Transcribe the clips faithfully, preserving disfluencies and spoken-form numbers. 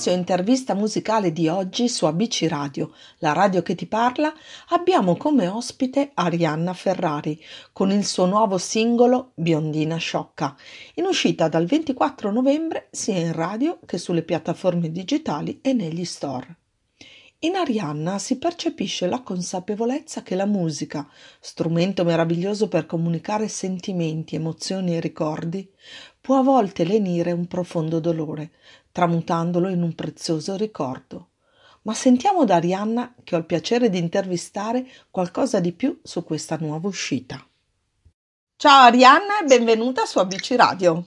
spazio intervista musicale di oggi su A B C Radio, la radio che ti parla, abbiamo come ospite Arianna Ferrari con il suo nuovo singolo Biondina sciocca, in uscita dal ventiquattro novembre sia in radio che sulle piattaforme digitali e negli store. In Arianna si percepisce la consapevolezza che la musica, strumento meraviglioso per comunicare sentimenti, emozioni e ricordi, può a volte lenire un profondo dolore, tramutandolo in un prezioso ricordo. Ma sentiamo da Arianna, che ho il piacere di intervistare, qualcosa di più su questa nuova uscita. Ciao Arianna e benvenuta su A B C Radio.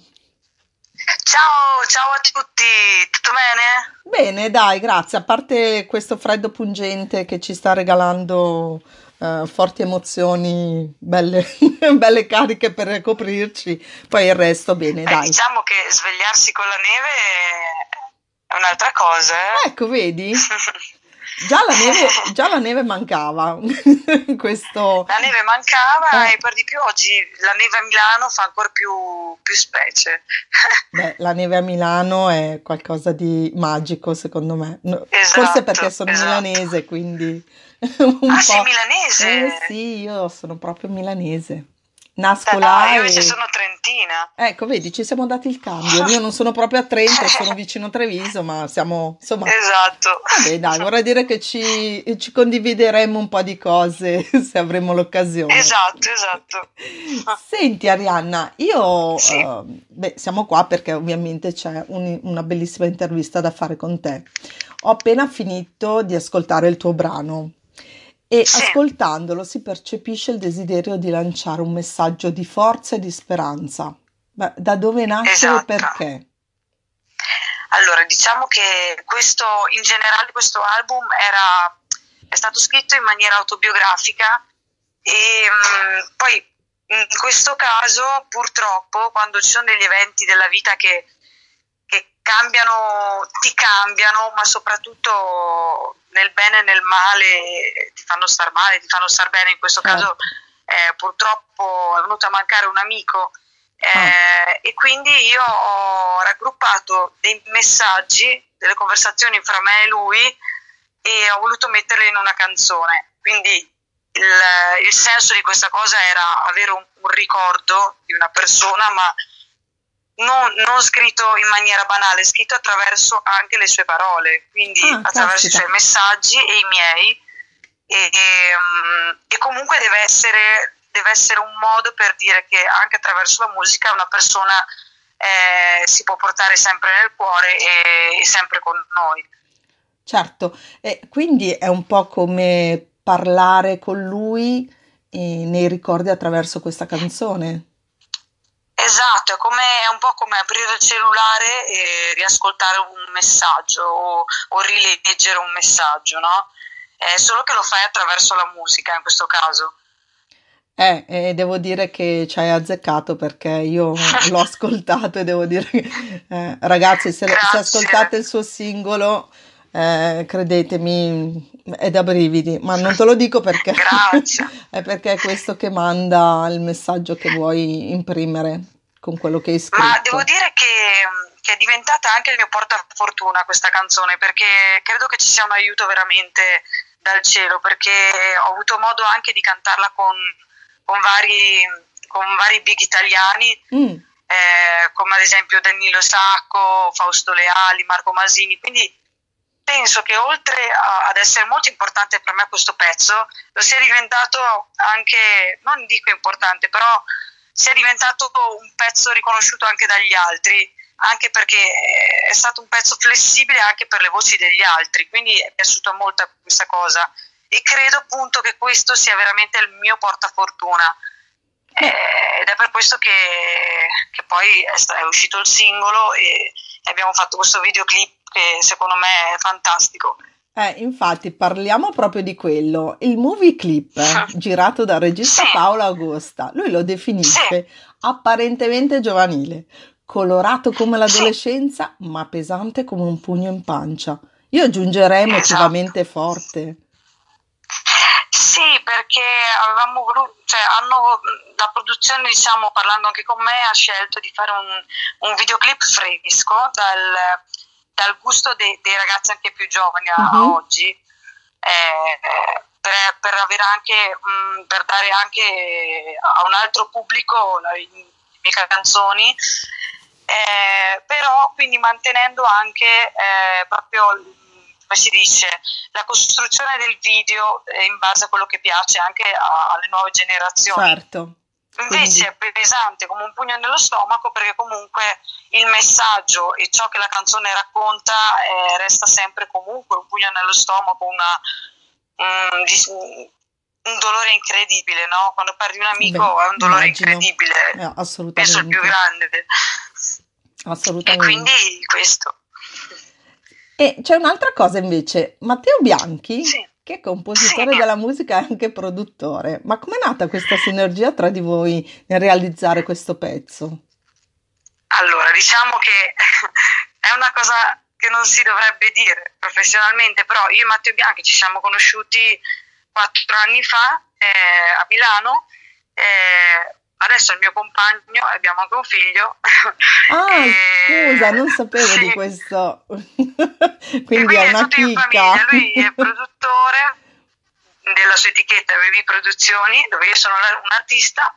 Ciao, ciao a tutti, tutto bene? Bene, dai, grazie. A parte questo freddo pungente che ci sta regalando eh, forti emozioni, belle, belle cariche per coprirci, poi il resto bene, Beh, dai. diciamo che svegliarsi con la neve è un'altra cosa, eh? Ecco, vedi? Già la neve, già la neve mancava. Questo... La neve mancava Eh. e per di più oggi la neve a Milano fa ancora più, più specie. Beh, la neve a Milano è qualcosa di magico, secondo me. No, Esatto, forse perché sono esatto. milanese, quindi un Ah, po'. sei milanese? Eh sì, io sono proprio milanese. Nasco Dai, là io invece e... sono trentina. Ecco, vedi, ci siamo dati il cambio. Io non sono proprio a Trento, sono vicino a Treviso, ma siamo, insomma... Esatto. Vabbè, dai, vorrei dire che ci, ci condivideremo un po' di cose se avremo l'occasione. Esatto, esatto. Senti Arianna, io Sì. eh, beh, siamo qua perché ovviamente c'è un- una bellissima intervista da fare con te. Ho appena finito di ascoltare il tuo brano e Sì. ascoltandolo si percepisce il desiderio di lanciare un messaggio di forza e di speranza. Beh, da dove nasce e Esatto. perché? Allora, diciamo che questo, in generale questo album era, è stato scritto in maniera autobiografica e mh, poi in questo caso purtroppo quando ci sono degli eventi della vita che, che cambiano, ti cambiano, ma soprattutto nel bene e nel male ti fanno star male, ti fanno star bene, in questo Certo. caso eh, purtroppo è venuto a mancare un amico. Eh, Ah. e quindi io ho raggruppato dei messaggi, delle conversazioni fra me e lui e ho voluto metterle in una canzone. Quindi il, il senso di questa cosa era avere un, un ricordo di una persona, ma non, non scritto in maniera banale, scritto attraverso anche le sue parole, quindi Ah, attraverso caspita. i suoi messaggi e i miei. E, e, mm, e comunque deve essere deve essere un modo per dire che anche attraverso la musica una persona eh, si può portare sempre nel cuore e, e sempre con noi. Certo, e quindi è un po' come parlare con lui eh, nei ricordi attraverso questa canzone. Esatto, è, come, è un po' come aprire il cellulare e riascoltare un messaggio o, o rileggere un messaggio, no? È solo che lo fai attraverso la musica in questo caso. Eh, e devo dire che ci hai azzeccato perché io l'ho ascoltato e devo dire che, eh, ragazzi, se, se Grazie. ascoltate il suo singolo, eh, credetemi, è da brividi, ma non te lo dico perché Grazie. è perché è questo che manda il messaggio che vuoi imprimere con quello che hai scritto. Ma devo dire che, che è diventata anche il mio portafortuna questa canzone, perché credo che ci sia un aiuto veramente dal cielo, perché ho avuto modo anche di cantarla con, con vari con vari big italiani, Mm, eh, come ad esempio Danilo Sacco, Fausto Leali, Marco Masini, quindi penso che oltre a- ad essere molto importante per me questo pezzo, lo sia diventato anche, non dico importante, però sia diventato un pezzo riconosciuto anche dagli altri, anche perché è stato un pezzo flessibile anche per le voci degli altri, quindi è piaciuta molto questa cosa e credo appunto che questo sia veramente il mio portafortuna. Eh, ed è per questo che, che poi è, sta- è uscito il singolo e, e abbiamo fatto questo videoclip che secondo me è fantastico. eh, infatti parliamo proprio di quello. Il movie clip eh, girato dal regista Sì. Paolo Agosta, lui lo definisce apparentemente giovanile, colorato come l'adolescenza, ma pesante come un pugno in pancia. Io aggiungerei Esatto. emotivamente forte. Sì, perché avevamo voluto, cioè hanno, la produzione, diciamo, parlando anche con me, ha scelto di fare un, un videoclip fresco dal, dal gusto dei, dei ragazzi anche più giovani a, Mhm. a oggi, eh, per, per avere anche mh, per dare anche a un altro pubblico la- le mie canzoni, eh, però quindi mantenendo anche eh, proprio l- come si dice, la costruzione del video eh, in base a quello che piace anche a- alle nuove generazioni. Certo. Invece Quindi, è pesante come un pugno nello stomaco, perché comunque il messaggio e ciò che la canzone racconta eh, resta sempre comunque un pugno nello stomaco, una, un, dis- un dolore incredibile, no? Quando perdi un amico beh, è un dolore immagino. incredibile, Eh, penso il più assolutamente. grande. E Assolutamente. quindi questo. E c'è un'altra cosa invece, Matteo Bianchi, Sì, che è sì. compositore della musica e anche produttore. Ma com'è nata questa sinergia tra di voi nel realizzare questo pezzo? Allora, diciamo che è una cosa che non si dovrebbe dire professionalmente, però io e Matteo Bianchi ci siamo conosciuti quattro anni fa eh, a Milano. eh, adesso è il mio compagno, abbiamo anche un figlio. Ah, e, scusa, non sapevo di sì, questo. e Quindi quindi è è una tutto in chicca. famiglia. Lui è produttore della sua etichetta B B Produzioni, dove io sono la- un artista,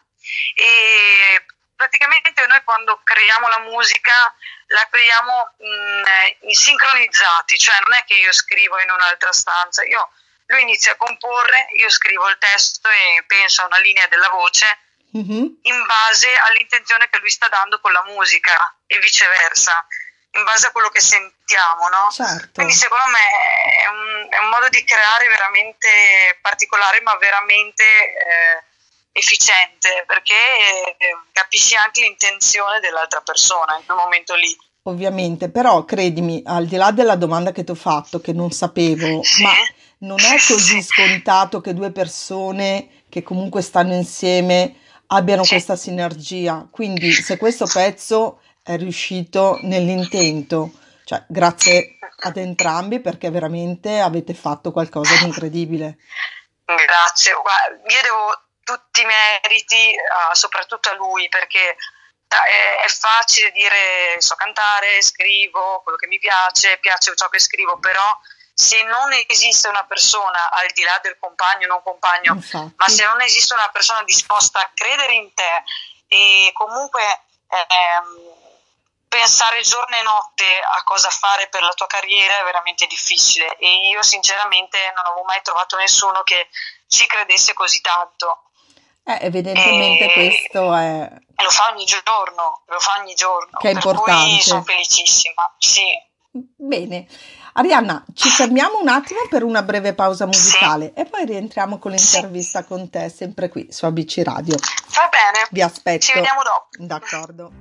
e praticamente noi quando creiamo la musica la creiamo mh, in sincronizzati, cioè non è che io scrivo in un'altra stanza, io, lui inizia a comporre, io scrivo il testo e penso a una linea della voce Mhm. in base all'intenzione che lui sta dando con la musica e viceversa, in base a quello che sentiamo, no? Certo. Quindi secondo me è un, è un modo di creare veramente particolare, ma veramente eh, efficiente, perché eh, capisci anche l'intenzione dell'altra persona in quel momento lì. Ovviamente, però credimi, al di là della domanda che ti ho fatto, che non sapevo, Sì, ma non sì, è sì, così sì, scontato che due persone che comunque stanno insieme abbiano sì. questa sinergia. Quindi, se questo pezzo è riuscito nell'intento, cioè grazie ad entrambi perché veramente avete fatto qualcosa di incredibile. Grazie, guarda, io devo tutti i meriti uh, soprattutto a lui, perché uh, è, è facile dire so cantare, scrivo quello che mi piace, piace ciò che scrivo, però se non esiste una persona al di là del compagno o non compagno, Infatti. ma se non esiste una persona disposta a credere in te e comunque ehm, pensare giorno e notte a cosa fare per la tua carriera è veramente difficile, e io sinceramente non avevo mai trovato nessuno che ci credesse così tanto. Eh, evidentemente E, questo è, e lo fa ogni giorno, lo fa ogni giorno, che è per cui sono importante. felicissima. Sì, Bene, Arianna, ci fermiamo un attimo per una breve pausa sì, musicale e poi rientriamo con sì. l'intervista con te, sempre qui su A B C Radio. Va bene, Vi ci aspetto. vediamo dopo. D'accordo.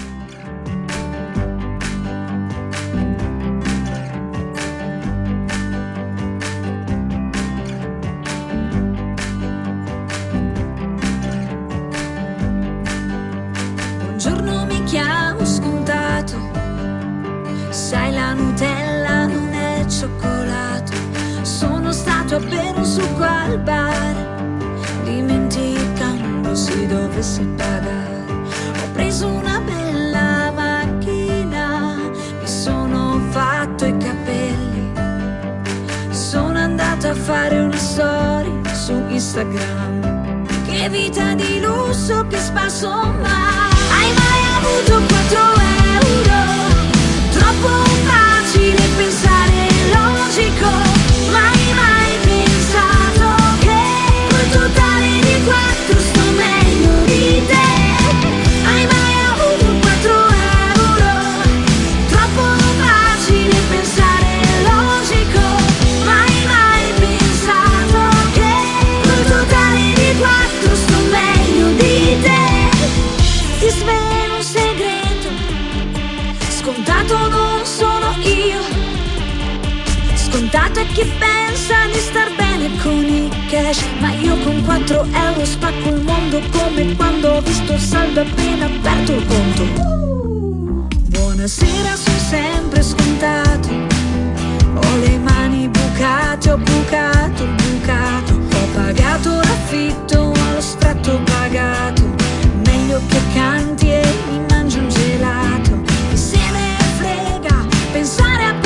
Buongiorno, mi chiamo scontato, sai la Nutella non è cioccolato, sono stato a bere un succo al bar, dimenticandosi dove si pagare, ho preso una bella macchina, mi sono fatto i capelli, sono andato a fare una storia su Instagram, che vita di lusso, che spasso mai. Hai mai avuto quattro euro? Troppo facile pensare logico. Mai mai pensato che col totale di quattro sto meglio di te. Hai mai avuto quattro euro? Troppo facile pensare logico. Mai mai pensato che col totale di quattro sto meglio di te. Ti svelo un segreto, scontato non sono io, scontato è chi pensa di star bene con i cash, ma io con quattro euro spacco il mondo, come quando ho visto il saldo appena aperto il conto. Buonasera, sono sempre scontato, ho le mani bucate, ho bucato il bucato, ho pagato l'affitto, allo sfratto pagato, meglio che canti e mi mangio un gelato, chi se ne frega, pensare a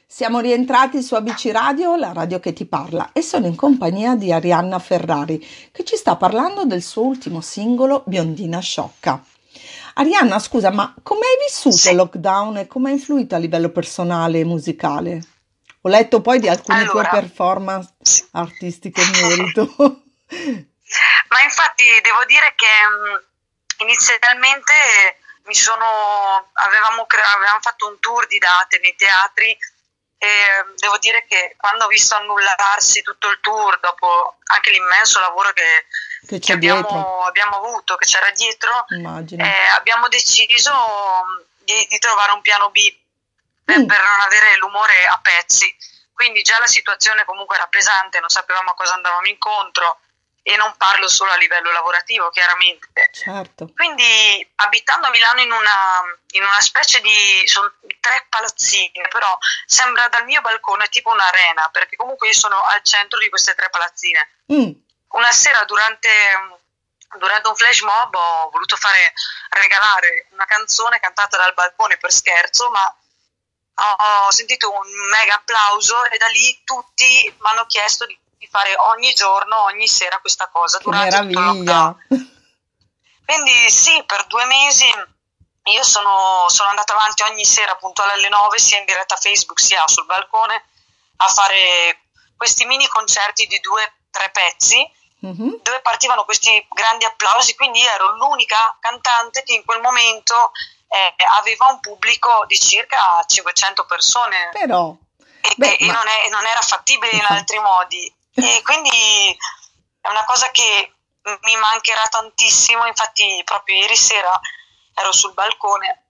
Siamo rientrati su A B C Radio, la radio che ti parla, e sono in compagnia di Arianna Ferrari, che ci sta parlando del suo ultimo singolo, Biondina Sciocca. Arianna, scusa, ma come hai vissuto Sì. il lockdown e come ha influito a livello personale e musicale? Ho letto poi di alcune Allora, tue performance sì. artistiche in merito. Ma infatti devo dire che mh, inizialmente mi sono, avevamo, crea- avevamo fatto un tour di date nei teatri e devo dire che quando ho visto annullarsi tutto il tour, dopo anche l'immenso lavoro che, Che che c'è dietro, abbiamo, abbiamo avuto, che c'era dietro, immagino. eh, abbiamo deciso mh, di, di trovare un piano B per, Mm, per non avere l'umore a pezzi. Quindi già la situazione comunque era pesante, non sapevamo a cosa andavamo incontro e non parlo solo a livello lavorativo, chiaramente. certo. Quindi abitando a Milano in una, in una specie di, sono tre palazzine, però sembra dal mio balcone tipo un'arena, perché comunque io sono al centro di queste tre palazzine. Mm, Una sera durante, durante un flash mob ho voluto fare regalare una canzone cantata dal balcone per scherzo, ma ho sentito un mega applauso e da lì tutti mi hanno chiesto di di fare ogni giorno, ogni sera questa cosa che durante tutto il meraviglia. lockdown. Quindi sì, per due mesi io sono, sono andata avanti ogni sera puntuale alle nove, sia in diretta Facebook sia sul balcone, a fare questi mini concerti di due, tre pezzi, Mhm. dove partivano questi grandi applausi, quindi ero l'unica cantante che in quel momento eh, aveva un pubblico di circa cinquecento persone Però, e, beh, e- e ma non è, non era fattibile in infatti, altri modi. E quindi è una cosa che mi mancherà tantissimo. Infatti proprio ieri sera ero sul balcone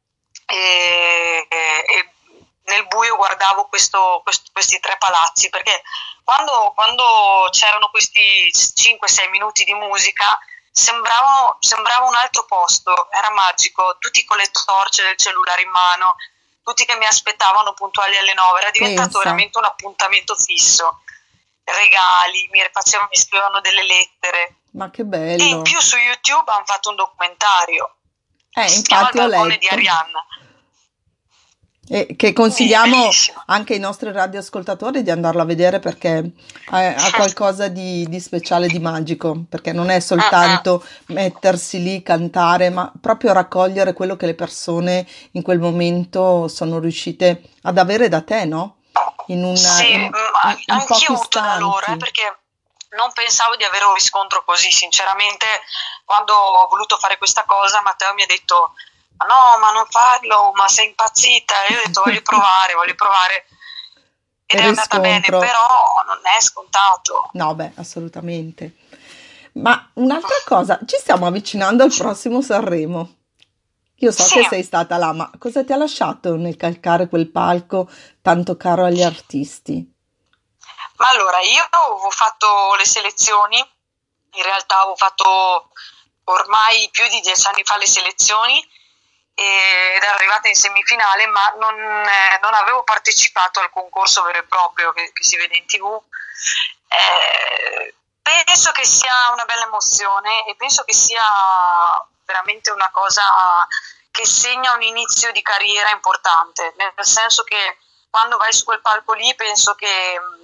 e, e- e nel buio guardavo questo- quest- questi tre palazzi, perché quando, quando c'erano questi cinque sei minuti di musica sembrava, sembrava un altro posto, era magico, tutti con le torce del cellulare in mano, tutti che mi aspettavano puntuali alle nove, era diventato pensa, veramente un appuntamento fisso, regali, mi facevano, mi scrivevano delle lettere ma che e in bello. più su YouTube hanno fatto un documentario, Eh, si chiama Il infatti ho balcone di letto. Arianna, E che quindi consigliamo bellissimo. anche ai nostri radioascoltatori di andarlo a vedere perché ha, ha qualcosa di, di speciale, di magico, perché non è Mm, mm. soltanto mettersi lì, cantare, ma proprio raccogliere quello che le persone in quel momento sono riuscite ad avere da te, no? In una, Sì, in, mm, in- in anch'io pochi ho avuto da loro, eh, istanti. perché non pensavo di avere un riscontro così, sinceramente, quando ho voluto fare questa cosa, Matteo mi ha detto, ma no, ma non farlo, ma sei impazzita, e io ho detto voglio provare, voglio provare, ed Il è andata bene, riscontro. però non è scontato. No, beh, assolutamente. Ma un'altra cosa, ci stiamo avvicinando al prossimo Sanremo. Io so Sì, che sei stata là, ma cosa ti ha lasciato nel calcare quel palco tanto caro agli artisti? ma allora io avevo fatto le selezioni, in realtà avevo fatto ormai più di dieci anni fa le selezioni ed ero arrivata in semifinale, ma non, eh, non avevo partecipato al concorso vero e proprio che, che si vede in tivù. Eh, penso che sia una bella emozione e penso che sia veramente una cosa che segna un inizio di carriera importante, nel senso che quando vai su quel palco lì penso che mh,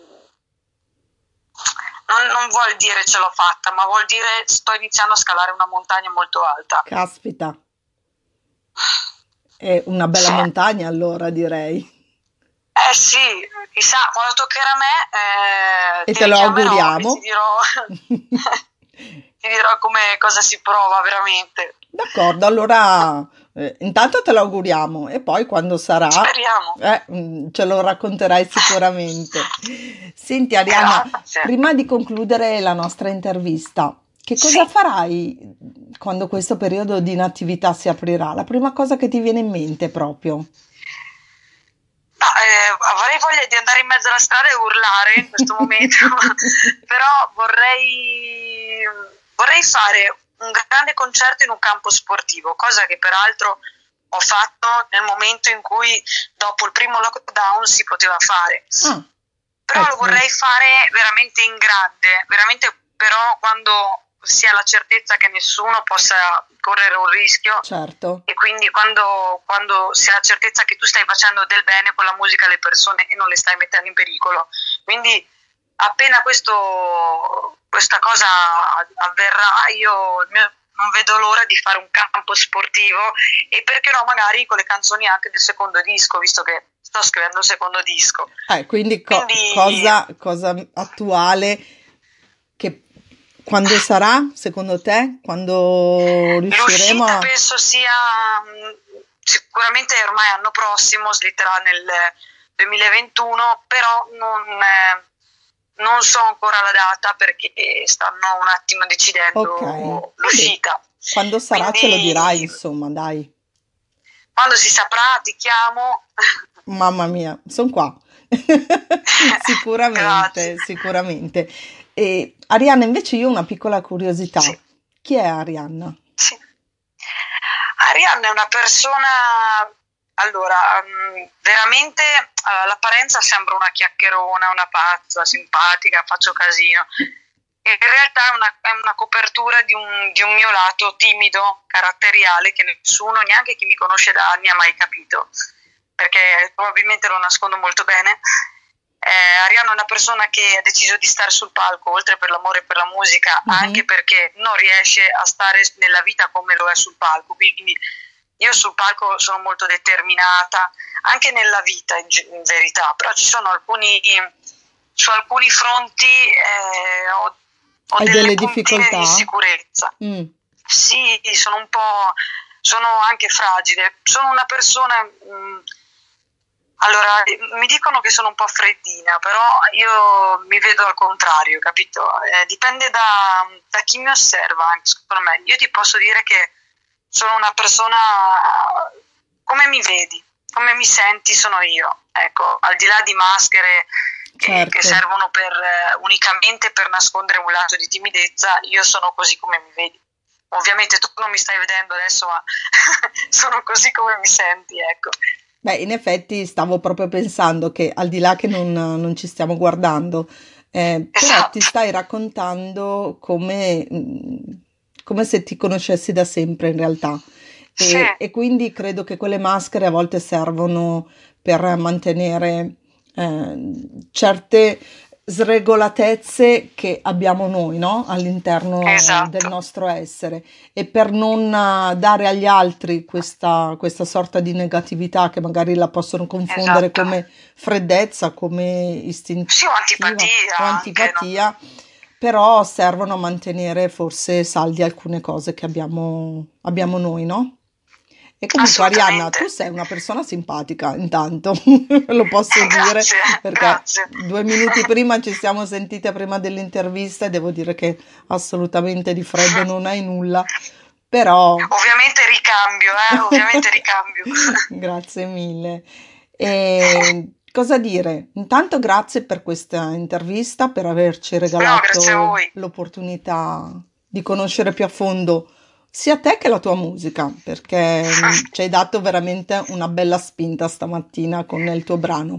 non, non vuol dire ce l'ho fatta, ma vuol dire sto iniziando a scalare una montagna molto alta. Caspita, è una bella Sì. montagna allora, direi. Eh sì, chissà, quando toccherà a me eh, E ti te lo richiamerò e ti auguriamo. dirò, ti dirò come, cosa si prova veramente. D'accordo, allora eh, intanto te lo auguriamo e poi quando sarà, Speriamo. eh, mm, ce lo racconterai sicuramente. Senti Arianna, Grazie. prima di concludere la nostra intervista, che cosa Sì. farai quando questo periodo di inattività si aprirà? La prima cosa che ti viene in mente proprio? No, eh, avrei voglia di andare in mezzo alla strada e urlare in questo momento, però vorrei, vorrei fare un grande concerto in un campo sportivo, cosa che peraltro ho fatto nel momento in cui dopo il primo lockdown si poteva fare. Ah, Però lo ecco, vorrei fare veramente in grande, veramente però quando si ha la certezza che nessuno possa correre un rischio, certo. E quindi quando, quando si ha la certezza che tu stai facendo del bene con la musica alle persone e non le stai mettendo in pericolo, quindi appena questo, questa cosa avverrà, io il mio, non vedo l'ora di fare un campo sportivo, e perché no magari con le canzoni anche del secondo disco, visto che sto scrivendo un secondo disco. Eh, quindi, co- Quindi- cosa, cosa attuale, che quando sarà, secondo te? Quando riusciremo L'uscita a... penso sia mh, sicuramente ormai anno prossimo, slitterà nel duemilaventuno, però non, eh, non so ancora la data perché stanno un attimo decidendo Ok. l'uscita. Quando sarà Quindi- ce lo dirai, insomma, dai. Quando si saprà ti chiamo. Mamma mia, sono qua. Sicuramente, Grazie. sicuramente. E Arianna, invece io ho una piccola curiosità. Sì. Chi è Arianna? Sì. Arianna è una persona, allora, mh, veramente eh, all'apparenza sembra una chiacchierona, una pazza, simpatica, faccio casino. E in realtà è una, è una copertura di un, di un mio lato timido, caratteriale, che nessuno, neanche chi mi conosce da anni, ha mai capito, perché probabilmente lo nascondo molto bene. Eh, Arianna è una persona che ha deciso di stare sul palco, oltre per l'amore per la musica, Mhm. anche perché non riesce a stare nella vita come lo è sul palco. Quindi io sul palco sono molto determinata, anche nella vita in, ge- in verità, però ci sono alcuni, su alcuni fronti eh, ho, ho Hai delle delle puntine difficoltà? di insicurezza. Mm, Sì, sono un po', sono anche fragile, sono una persona, mh, allora, mi dicono che sono un po' freddina, però io mi vedo al contrario, capito? Eh, dipende da, da chi mi osserva, anche secondo me. Io ti posso dire che sono una persona, come mi vedi, come mi senti sono io, ecco, al di là di maschere che, Certo. che servono per, eh, unicamente per nascondere un lato di timidezza, io sono così come mi vedi. Ovviamente tu non mi stai vedendo adesso, ma sono così come mi senti, ecco. Beh, in effetti stavo proprio pensando che al di là che non, non ci stiamo guardando, eh, però Esatto. ti stai raccontando come, mm, come se ti conoscessi da sempre in realtà. E, Sì. e quindi credo che quelle maschere a volte servono per mantenere eh, certe sregolatezze che abbiamo noi, no? All'interno Esatto. del nostro essere, e per non eh, dare agli altri questa, questa sorta di negatività che magari la possono confondere Esatto. come freddezza, come istintiva Sì, o antipatia o anche, antipatia, però servono a mantenere forse saldi alcune cose che abbiamo, abbiamo noi, no? E comunque Arianna, Assolutamente. tu sei una persona simpatica, intanto, lo posso dire, Grazie, perché grazie. due minuti prima ci siamo sentite prima dell'intervista e devo dire che assolutamente di freddo non hai nulla, però Ovviamente ricambio, eh? Ovviamente ricambio. grazie mille. E cosa dire? Intanto grazie per questa intervista, per averci No, grazie a regalato voi. l'opportunità di conoscere più a fondo sia te che la tua musica, perché mm, ci hai dato veramente una bella spinta stamattina con il tuo brano.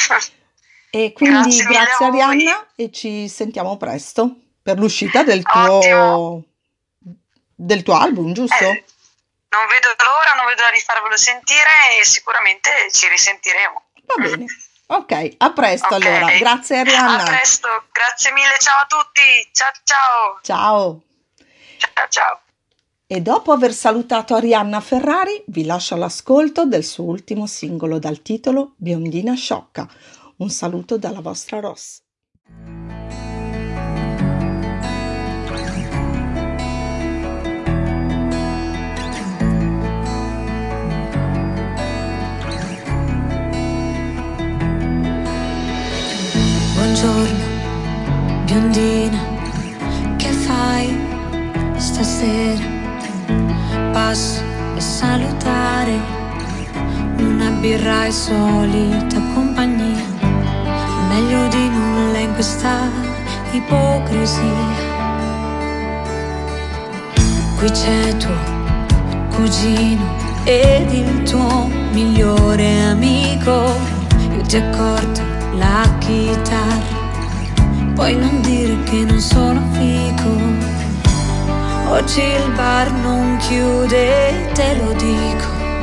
E quindi Grazie mille grazie a voi. Arianna e ci sentiamo presto per l'uscita del tuo, Ottimo. del tuo album, giusto? Eh, non vedo l'ora, non vedo l'ora di farvelo sentire e sicuramente ci risentiremo. Va bene. Ok, a presto Ok. allora. Grazie Arianna. A presto, grazie mille, ciao a tutti. Ciao ciao. Ciao. Ciao ciao. E dopo aver salutato Arianna Ferrari, vi lascio all'ascolto del suo ultimo singolo dal titolo Biondina sciocca. Un saluto dalla vostra Ross. Buongiorno, biondina, che fai stasera? Passo a salutare, una birra è solita compagnia, meglio di nulla in questa ipocrisia. Qui c'è tuo cugino ed il tuo migliore amico, io ti accorgo la chitarra, puoi non dire che non sono figo. Ho Oggi il bar non chiude, te lo dico.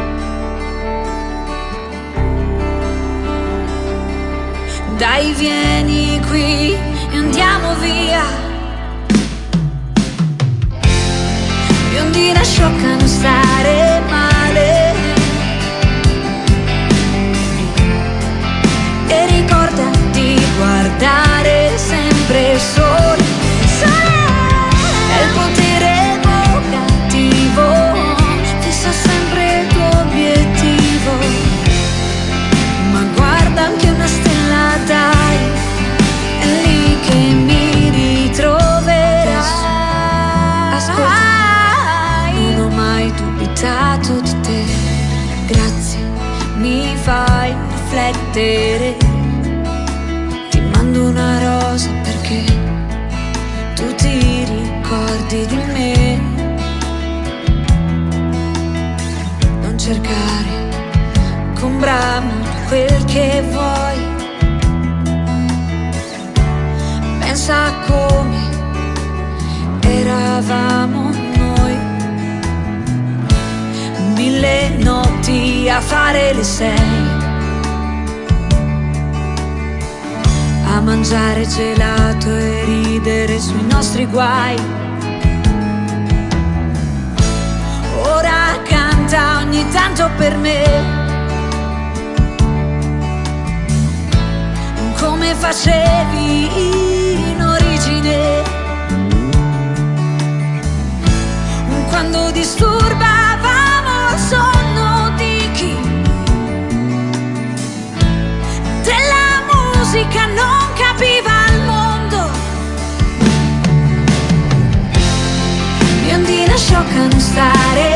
Dai, vieni qui e andiamo via. Biondina sciocca, non stare male. E ricorda di guardare sempre solo il sole. È il potere evocativo, fissa sempre il tuo obiettivo. Ma guarda anche una stella, dai, è lì che mi ritroverai. Ascolta, non ho mai dubitato di te. Grazie, mi fai riflettere. Ti mando una rosa perché tu ti ricordi di me. Non cercare con bramo quel che vuoi. Pensa a come eravamo noi. Mille notti a fare le sei, a mangiare gelato e ridere sui nostri guai. Ora canta ogni tanto per me, come facevi in origine, quando disturbavamo il sonno di chi della musica non capiva il mondo. Biondina sciocca, non stare